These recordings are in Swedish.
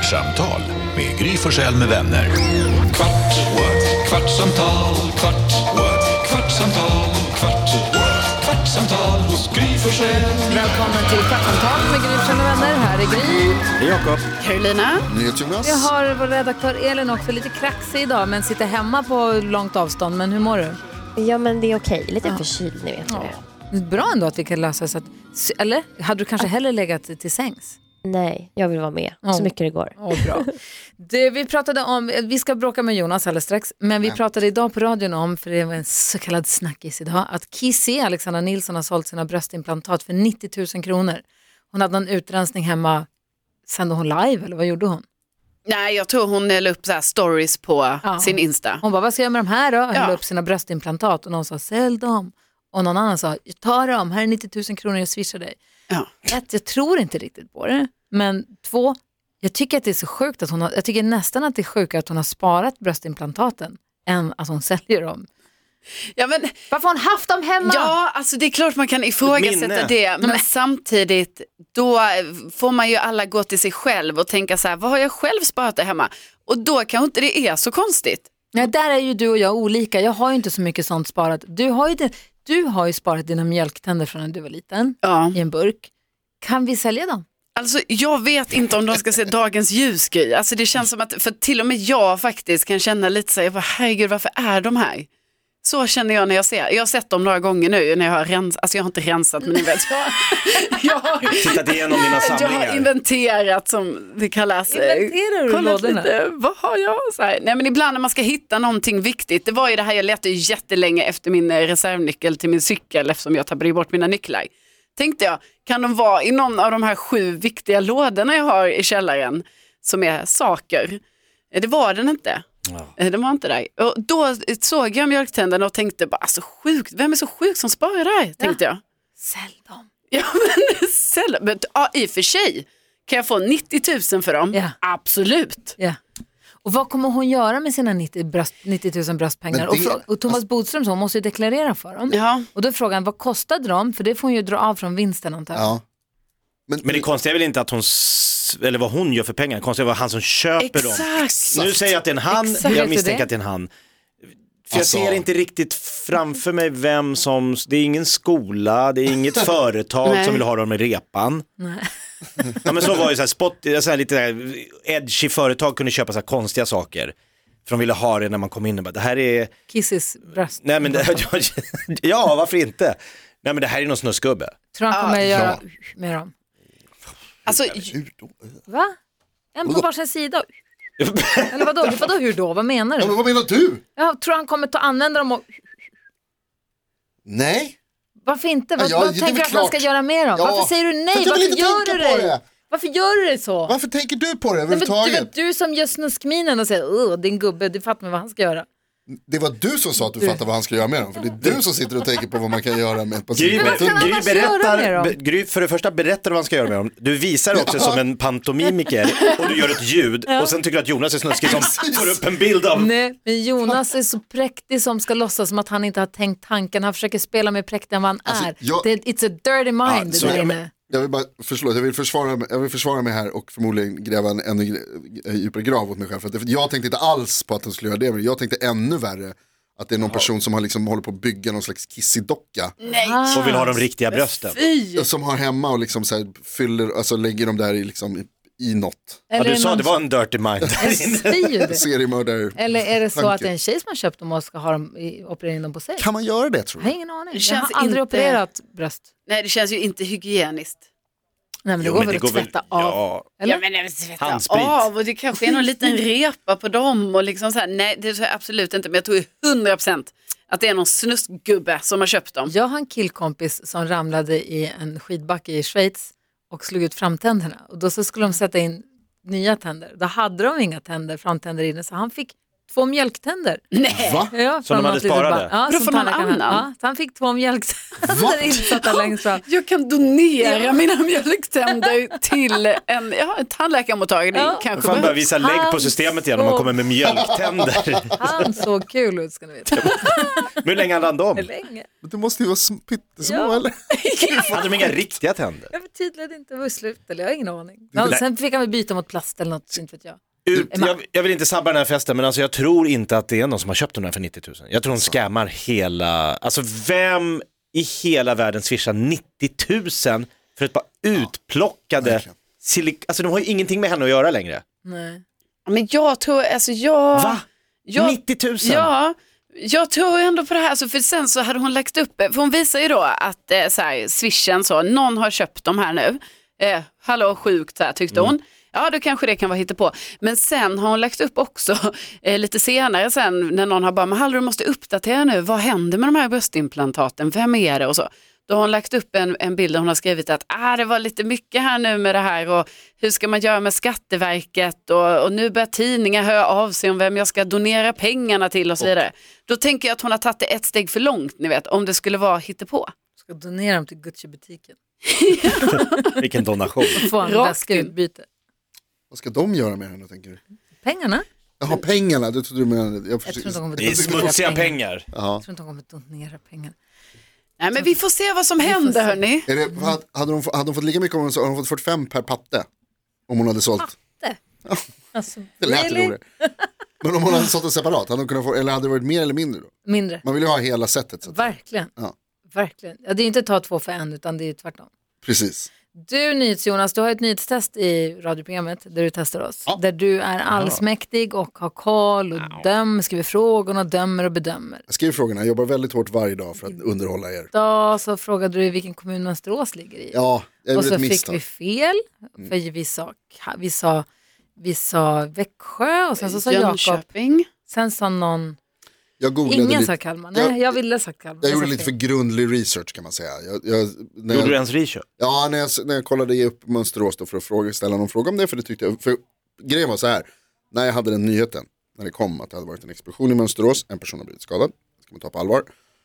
Kvartsamtal med Gry Forssell med vänner. Kvart, what? Kvartsamtal, kvart, what? Kvartsamtal, kvart, what? Kvartsamtal hos Gry Forssell. Välkommen till Kvartsamtal med Gry Forssell med vänner. Här är Gry. Jakob. Carolina. Jonas. Jag har vår redaktör Elin också, lite kraxig idag men sitter hemma på långt avstånd. Men hur mår du? Ja, men det är okej. Lite förkyld, ni vet det. Bra ändå att vi kan lösa så att, eller hade du kanske hellre legat till sängs? Nej, jag vill vara med så mycket det går. Bra. Vi pratade om, vi ska bråka med Jonas alldeles strax, men vi pratade idag på radion om, för det var en så kallad snackis idag, att Kissy, Alexandra Nilsson, har sålt sina bröstimplantat för 90 000 kronor. Hon hade en utrensning hemma, sände hon live eller vad gjorde hon? Nej, jag tror hon la upp så här stories på sin Insta. Hon bara, vad ska jag göra med de här då? Hon la upp sina bröstimplantat och någon sa, sälj dem. Och någon annan sa, ta dem, här är 90 000 kronor, jag swishar dig. Ja. Jag tror inte riktigt på det. Men 2, jag tycker att det är så sjukt att jag tycker nästan att det är sjukt att hon har sparat bröstimplantaten än att hon säljer dem. Ja, men varför har hon haft dem hemma? Ja, alltså det är klart man kan ifrågasätta det. Men samtidigt, då får man ju alla gå till sig själv och tänka så här, vad har jag själv sparat det hemma? Och då kanske inte det är så konstigt. Nej, där är ju du och jag olika. Jag har ju inte så mycket sånt sparat. Du har ju sparat dina mjölktänder från när du var liten i en burk. Kan vi sälja dem? Alltså jag vet inte om de ska se dagens ljusgrej. Alltså det känns som att, för till och med jag faktiskt kan känna lite så här, herregud, varför är de här? Så känner jag när jag ser. Jag har sett dem några gånger nu när jag har rensat, alltså jag har inte rensat, men ni vet, jag har tittat igenom dina samlingar. Jag har inventerat, som det kallas. Inventerar du lådorna? Lite, vad har jag? Så här. Nej, men ibland när man ska hitta någonting viktigt. Det var ju det här, jag letade ju jättelänge efter min reservnyckel till min cykel eftersom jag tappade bort mina nycklar. Tänkte jag, kan de vara i någon av de här 7 viktiga lådorna jag har i källaren som är saker? Det var den inte. Det var inte där. Och då såg jag mjölktänderna och tänkte bara, alltså sjukt, vem är så sjuk som sparar där? Tänkte jag. Sälj dem. Ja, men sälj. Men i och för sig kan jag få 90 000 för dem. Ja. Absolut. Ja. Och vad kommer hon göra med sina 90 000 bröstpengar? Och Thomas Bodström så, hon måste ju deklarera för dem. Ja. Och då är frågan, vad kostade de? För det får hon ju dra av från vinsten antar jag. Ja. Men det konstiga är väl inte att hon, eller vad hon gör för pengar. Det konstiga är vad han som köper dem. Nu säger jag att det är en han, jag misstänker att det är en han. För jag ser inte riktigt framför mig vem som, det är ingen skola, det är inget företag som vill ha dem i repan. Nej. Ja, men så var ju så här lite edgy företag kunde köpa så här konstiga saker. För de ville ha det när man kom in och bara, det här är Kisses bröst. Nej men ja, varför inte? Nej men det här är någon snusgubbe. Tror han kommer göra med dem? Alltså, Va? En på varsin sida. Eller vadå hur då? Vad menar du? Ja, men vad menar du? Jag tror han kommer att använda dem och... Nej. Varför inte? Ja, vad tänker du att han ska göra med dem? Ja. Varför säger du nej? För Varför inte gör du tänka på det? det? Varför gör du det så? Varför tänker du på det Du överhuvudtaget? vet, du som gör snuskminen och säger, din gubbe, du fattar med vad han ska göra. Det var du som sa att du fattar vad han ska göra med dem. För det är du som sitter och tänker på vad man kan göra med Gry för det första berättar vad han ska göra med dem. Du visar också som en pantomimiker och du gör ett ljud och sen tycker du att Jonas är snuskig som får upp en bild av. Nej, men Jonas är så präktig som ska låtsas som att han inte har tänkt tanken. Han försöker spela mer präktig än vad han är. It's a dirty mind där inne. Jag vill bara jag vill försvara mig här och förmodligen gräva en ännu djupare grav åt mig själv. För att jag tänkte inte alls på att han skulle göra det, men jag tänkte ännu värre att det är någon person som har liksom håller på att bygga någon slags Kissy-docka. Nej. Och vill ha de riktiga brösten. Som har hemma och liksom så här fyller, alltså lägger dem där i liksom i något. Ja, du sa det var en dirty mind. Seriemördare. Eller är det så att det är en tjej som har köpt dem och ska ha dem operera in dem på sig? Kan man göra det, tror jag? Jag har ingen aning. Jag har aldrig opererat bröst. Nej, det känns ju inte hygieniskt. Nej, men det går väl att tvätta av. Ja, eller? Ja, men det tvätta av och det kanske är någon liten repa på dem och liksom så här. Nej, det tror jag absolut inte, men jag tror 100% att det är någon snusgubbe som har köpt dem. Jag har en killkompis som ramlade i en skidbacke i Schweiz och slog ut framtänderna. Och då så skulle de sätta in nya tänder. Då hade de inga tänder, framtänder inne, så han fick 2 mjölktänder. Nej. Va? Ja, Som de hade sparade? Ja, Då som får någon tandläkaren annan? Ja, så han fick 2 mjölktänder insatta längst fram. Jag kan donera mina mjölktänder till en tandläkarmottagning. Ja. Kanske Fan börjar behövs. visa lägg på systemet igen om man kommer med mjölktänder. Han såg kul ut ska ni veta. Men hur länge hade han dem? Länge. Det måste ju vara pyttesmå Ja. eller? Hade de inga riktiga tänder? Jag vet tydligen inte vad slut eller jag har ingen aning. Nej. Sen fick han väl byta mot plast eller något, inte vet jag. Jag vill inte sabba den här festen, men alltså jag tror inte att det är någon som har köpt den här för 90 000. Jag tror de scammar hela, alltså vem i hela världen swishar 90 000 för ett par utplockade alltså de har ju ingenting med henne att göra längre. Nej. Men jag tror, alltså Va? 90 000? Ja, jag tror ändå på det här. Alltså, för sen så hade hon lagt upp, för hon visar ju då att så här, swishen så, någon har köpt de här nu. Hallå, sjukt så här, tyckte hon. Ja, då kanske det kan vara hittepå. Men sen har hon lagt upp också lite senare sen när någon har bara, men hallå, du måste uppdatera nu. Vad händer med de här bröstimplantaten? Vem är det? Och så. Då har hon lagt upp en bild där hon har skrivit att det var lite mycket här nu med det här och hur ska man göra med Skatteverket och nu börjar tidningar höra av sig om vem jag ska donera pengarna till och så vidare. Då tänker jag att hon har tagit det ett steg för långt, ni vet, om det skulle vara hittepå. Ska donera dem till Gucci-butiken. Vilken donation. Få en väskautbyte. Vad ska de göra med henne, tänker du? Pengarna? Jaha, pengarna, det trodde du menade. Jag tror inte de kommer Det är smutsiga pengar. Jag tror inte de kommer donera pengar. Nej, men vi får se vad som händer, hörni. Är det, hade de fått lika mycket om hon, hade de fått 45 per patte? Om hon hade sålt. Alltså, Det lät really? roligt. Men om hon hade sålt det separat, hade de kunnat få, eller hade det varit mer eller mindre då? Mindre. Man vill ju ha hela sättet. Så att, Verkligen. Ja. Verkligen. Ja, det är ju inte ta 2 för en utan det är ju tvärtom. precis. Du NyhetsJonas, du har ett nyhetstest i radioprogrammet där du testar oss. Ja. Där du är allsmäktig och har koll och skriver frågorna, dömer och bedömer. Jag skriver frågorna, jag jobbar väldigt hårt varje dag för att underhålla er. Då så frågade du vilken kommun Mönsterås ligger i. Ja, jag och gjorde så ett fick misstag. vi fel. För vi sa Växjö och sen så sa Jakob. Jönköping. Sen sa någon, Jag googlade ingen lite. sa Kalmar. Nej, jag ville sagt Kalmar. Jag gjorde sa lite för fel. grundlig research kan man säga. Gjorde du ens research? Ja, när jag kollade upp Mönsterås då för att ställa någon fråga om det, för det tyckte jag, för grejen var så här, när jag hade den nyheten, när det kom att det hade varit en explosion i Mönsterås, en person har blivit skadad, det ska man ta på allvar.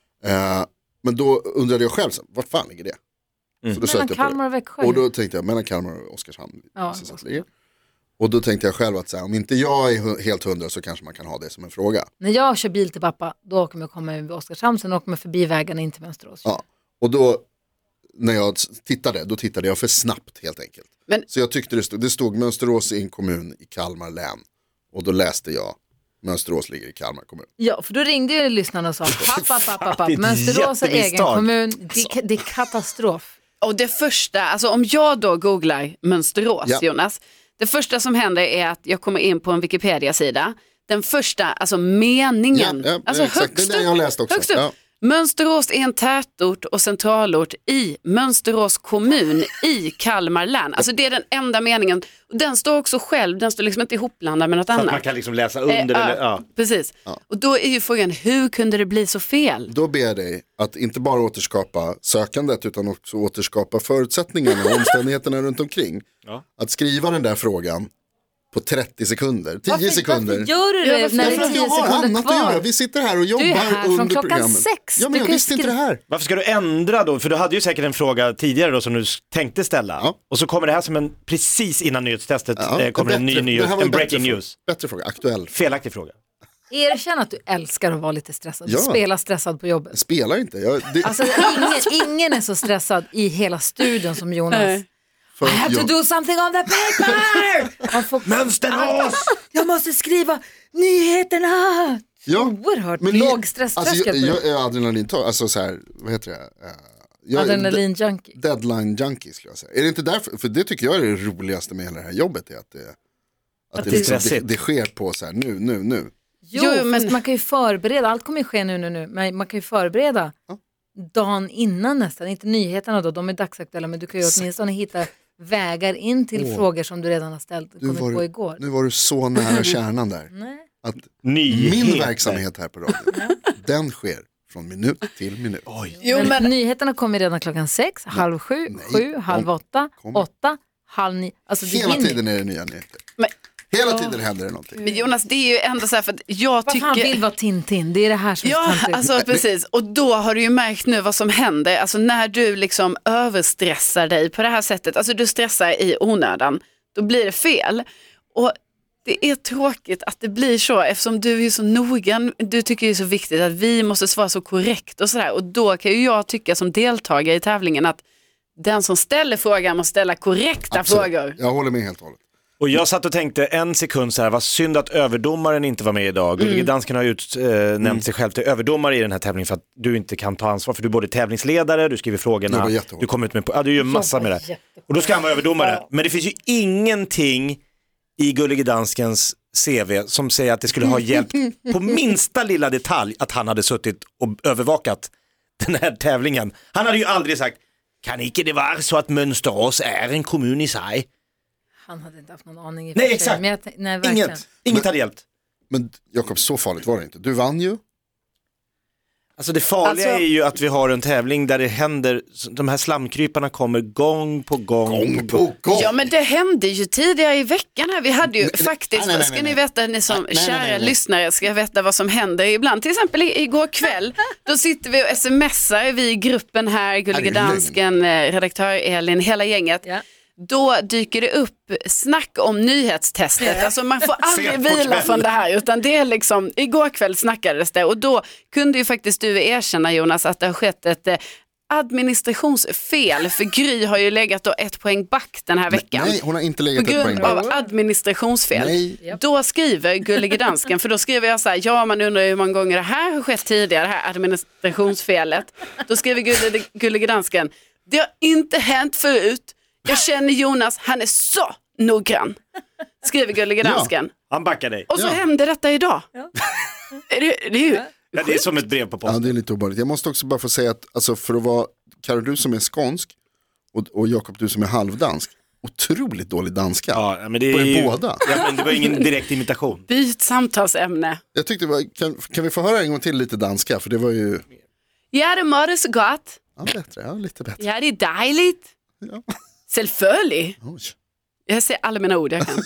Men då undrade jag själv, vart fan ligger det? Så då sökte Mellan jag på Kalmar det. och Växjö. Och då tänkte jag, mellan Kalmar och Oskarshamn. Ja, precis att det ligger. Och då tänkte jag själv att så här, om inte jag är helt 100 så kanske man kan ha det som en fråga. När jag kör bil till pappa, då kommer jag komma över Oskarshamn, sen åker man förbi vägarna in till Mönsterås. Ja. Och då, när jag tittade jag för snabbt helt enkelt. Men- Så jag tyckte det stod Mönsterås i en kommun i Kalmar län. Och då läste jag, Mönsterås ligger i Kalmar kommun. Ja, för då ringde ju lyssnarna och sa papp. det är ett Mönsterås är egen jättemisstag. kommun, det är katastrof. Och det första, alltså om jag då googlar Mönsterås, Ja. Jonas, det första som händer är att jag kommer in på en Wikipedia-sida. Den första, alltså meningen, Ja, alltså exakt. högst Det är det jag har läst också. högst upp. Ja. Mönsterås är en tätort och centralort i Mönsterås kommun i Kalmar län. Alltså det är den enda meningen. Och den står också själv, den står liksom inte ihopblandad med något Så att annat. man kan liksom läsa under eller, ja. Precis. Och då är ju frågan, hur kunde det bli så fel? Då ber jag dig att inte bara återskapa sökandet utan också återskapa förutsättningarna och omständigheterna runt omkring. Ja. Att skriva den där frågan på 30 sekunder, 10 sekunder. Varför gör du det när det Därför är att 10 jag har sekunder annat att göra. kvar? Vi sitter här och jobbar Du är här från under klockan programmet. 6. Ja, men Du jag kan visste inte det här. Varför ska du ändra då? För du hade ju säkert en fråga tidigare då som du tänkte ställa. Ja. Och så kommer det här som en, precis innan nyhetstestet Ja, kommer en ny nyhet, det här var en bättre breaking fråga. news. Bättre fråga, aktuell. Felaktig fråga. Erkänn att du älskar att vara lite stressad. Ja. Spela stressad på jobbet. Jag spelar inte. Alltså, ingen är så stressad i hela studion som Jonas. Nej. I have to do something on the paper! Man får, Mönsterås! jag måste skriva nyheterna! Oerhört låg stresströskel. Jag är adrenalintag, alltså så här, vad heter det? Jag är Adrenalin-junkie. Deadline junkie skulle jag säga. Är det inte därför, för det tycker jag är det roligaste med hela det här jobbet är att det, det är liksom, stressigt. det sker på så här nu. Jo, fast man kan ju förbereda, allt kommer ju ske nu, men man kan ju förbereda dagen innan nästan, inte nyheterna då, de är dagsaktuella, men du kan ju åtminstone hitta vägar in till frågor som du redan har ställt och kommit på igår. Nu var du så nära kärnan där. Nej. Att Nyheter. min verksamhet här på radion, den sker från minut till minut. Jo, Men men nyheterna kommer redan klockan 6, halv 7, 7, halv 8, Kom. 8, halv 9. Alltså det Hela hinner. tiden är det nya nyheter. Hela tiden händer det någonting. Men Jonas, det är ju ändå så här för att jag tycker... Vad fan vill vara Tintin? Det är det här som är alltså precis. Och då har du ju märkt nu vad som händer. Alltså när du liksom överstressar dig på det här sättet. Alltså du stressar i onödan. Då blir det fel. Och det är tråkigt att det blir så eftersom du är så noggrann. Du tycker det är så viktigt att vi måste svara så korrekt och sådär. Och då kan ju jag tycka som deltagare i tävlingen att den som ställer frågan måste ställa korrekta frågor. Jag håller med helt och hållet. Och jag satt och tänkte en sekund så här, vad synd att överdomaren inte var med idag. Gullige Dansken har utnämnt sig själv till överdomare i den här tävlingen för att du inte kan ta ansvar. För du är både tävlingsledare, du skriver frågorna, du kommer ut med, du gör massa med det. Och då ska han vara överdomare. Men det finns ju ingenting i Gullige Danskens CV som säger att det skulle ha hjälpt på minsta lilla detalj att han hade suttit och övervakat den här tävlingen. Han hade ju aldrig sagt, kan inte det vara så att Mönsterås är en kommun i sig? Han hade inte haft någon aning. Nej, exakt. Nej, Inget hade hjälpt. Men Jakob, så farligt var det inte. Du vann ju. Alltså det farliga är ju att vi har en tävling där det händer, de här slamkryparna kommer gång på gång. Ja, men det hände ju tidigare i veckan här. Vi hade ju faktiskt, ska ni veta, ni som kära lyssnare ska veta vad som händer ibland. Till exempel igår kväll, då sitter vi och smsar, vi i gruppen här, Gullige Dansken, redaktör Elin, hela gänget. Ja. Då dyker det upp snack om nyhetstestet. Alltså man får aldrig vila från det här. Utan det är liksom, igår kväll snackades det. Och då kunde ju faktiskt du erkänna, Jonas, att det har skett ett administrationsfel. För Gry har ju legat då 1 poäng back den här veckan. Nej, hon har inte legat 1 poäng back. På grund av administrationsfel. Nej. Då skriver Gullige Dansken, för då skriver jag så här, ja, man undrar hur många gånger det här har skett tidigare, det här administrationsfelet. Då skriver Gullige Dansken, det har inte hänt förut. Jag känner Jonas, han är så noggrann. Skriver Gullige Dansken. Han backar dig. Och så händer detta idag. Ja. Det är som ett brev på posten. Ja, det är lite obehagligt. Jag måste också bara få säga att alltså, för att vara Karo, du som är skånsk och Jakob, du som är halvdansk, otroligt dålig danska. Ja, men det är på ju, båda. Ja, men det var ingen direkt imitation. Byt samtalsämne. Jag tyckte, kan vi få höra en gång till lite danska? För det var ju... Ja, det må det så gott. Ja, bättre. Ja, lite bättre. Ja, det är dejligt. Ja. Selvfølgelig. Jag säger alla mina ord jag kan.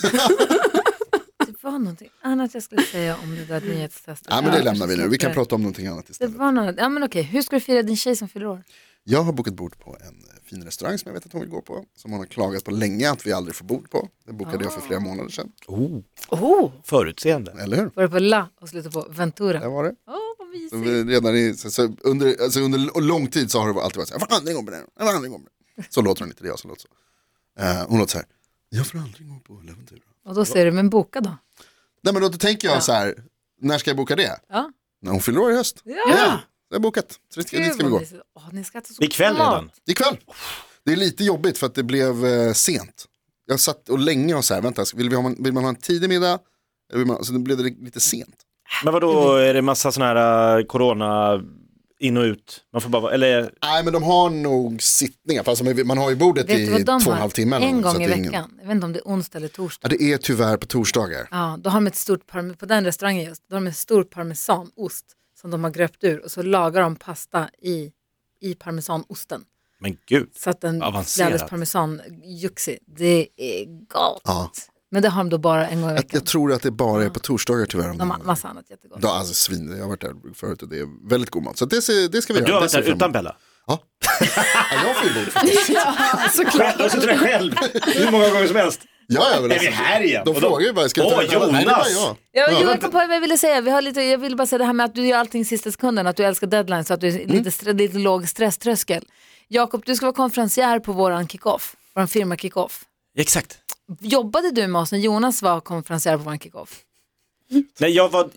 Det var någonting annat jag skulle säga om det där nyhetstestet. Ja, men det lämnar vi nu. Vi kan prata om någonting annat istället. Det var något. Ja, men okej. Hur ska du fira din tjej som fyller år? Jag har bokat bord på en fin restaurang som jag vet att hon vill gå på. Som hon har klagat på länge att vi aldrig får bord på. Det bokade jag för flera månader sedan. Förutseende. Eller hur? Var det på La och slutade på Ventura? Det var det. Vad mysigt. Under lång tid så har det alltid varit så här, jag får aldrig gå på den. Så låter hon inte, det är jag som låter så. Hon låter så här, jag får aldrig gå på Ventura. Och då säger du, men boka då? Nej, men då tänker jag så här, när ska jag boka det? Ja. När hon fyller år i höst. Ja. Det är bokat. Så dit ska vi gå. Ni ska äta så ikväll redan. Ikväll. Det är lite jobbigt för att det blev sent. Jag satt och länge och så här, vänta, vill man ha en tidig middag? Så det blev det lite sent. Men vadå, är det massa sån här corona in och ut? Man får bara, eller... Nej, men de har nog sittningar. Fast man har ju bordet i 2,5 timmar. En gång i veckan. Jag vet inte om det är onsdag eller torsdag. Ja, det är tyvärr på torsdagar. Ja, då har de ett stort på den restaurangen just. Då har de en stor parmesanost som de har gröpt ur. Och så lagar de pasta i parmesanosten. Men gud, så att den blir alldeles parmesanjuxig. Det är gott. Ja. Men det har de då bara en gång i veckan. Jag tror att det bara är på torsdagar tyvärr. De har massa annat jättegott. Ja, alltså svin. Jag har varit där förut och det är väldigt god mat. Så det ska vi göra. Du har varit där utan Bella? Ja. Jag får ju bord faktiskt. Såklart. Jag sitter där själv. Hur många gånger som helst. Ja, är vi här igen? De frågar ju bara, ska jag ta Jonas! Jag kom på vad jag ville säga. Jag vill bara säga det här med att du gör allting sista sekunden. Att du älskar deadlines så att du är lite låg stresströskel. Jakob, du ska vara konferencier på våran kick-off. Våran firma kick-off. Exakt. Jobbade du med oss när Jonas var konferencier på våran kick-off? Nej, jag var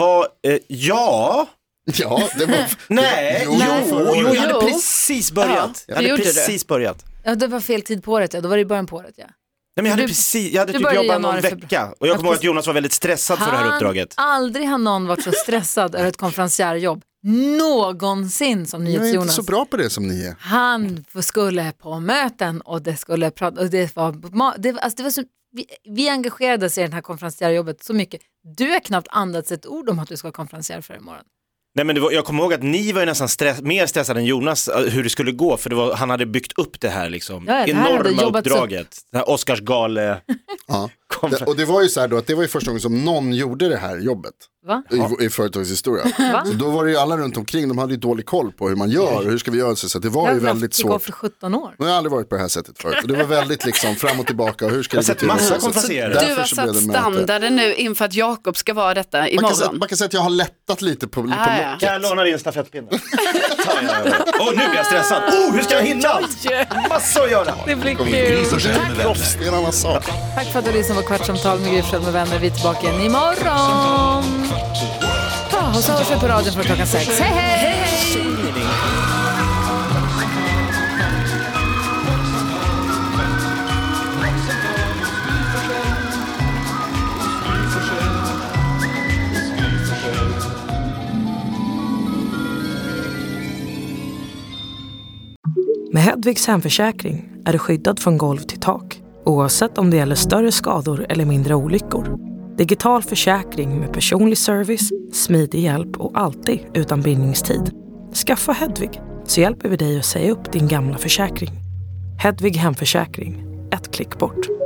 ja. Ja, det var... Jag hade precis börjat. Ja, det var fel tid på året, ja. Då var det i början på året, ja. Nej, men jag hade typ jobbat någon vecka. Och jag kommer ihåg att Jonas var väldigt stressad för det här uppdraget. Aldrig har någon varit så stressad över ett konferencierjobb någonsin som NyhetsJonas. Jag är inte så bra på det som ni är. Han skulle på möten och det skulle prata och det var så, vi engagerade oss i den här konferencierjobbet så mycket. Du har knappt andats ett ord om att du ska vara konferencier för imorgon. Nej, men jag kommer ihåg att ni var ju nästan mer stressade än Jonas hur det skulle gå, för han hade byggt upp det här liksom enorma uppdraget. Den här Oscarsgale Och det var ju så här då att det var ju första gången som någon gjorde det här jobbet. Va? I företagets historia. Så då var det ju alla runt omkring, de hade ju dålig koll på hur man gör och hur ska vi göra så det var ju väldigt svårt. För 17 år. Men jag har aldrig varit på det här sättet förut. Och det var väldigt liksom fram och tillbaka och hur ska det gå till? Massa konferenser. Du har satt standarden nu inför att Jakob ska vara detta imorgon. Man kan säga att jag har lättat lite på locket. Kan jag låna din stafettpinne? Nu blir jag stressad. Hur ska jag hinna allt? Massor att göra. Det blir kul. Gry Forssell med vänner. Det är en annan sak. Tack för att du lyssnade på Kvartsamtal med Gry Forssell med vänner. Vi är tillbaka igen imorgon. Och så hörs vi på radion från klockan 6. Hej, hej! Med Hedvigs hemförsäkring är du skyddad från golv till tak, oavsett om det gäller större skador eller mindre olyckor. Digital försäkring med personlig service, smidig hjälp och alltid utan bindningstid. Skaffa Hedvig så hjälper vi dig att säga upp din gamla försäkring. Hedvig hemförsäkring, ett klick bort.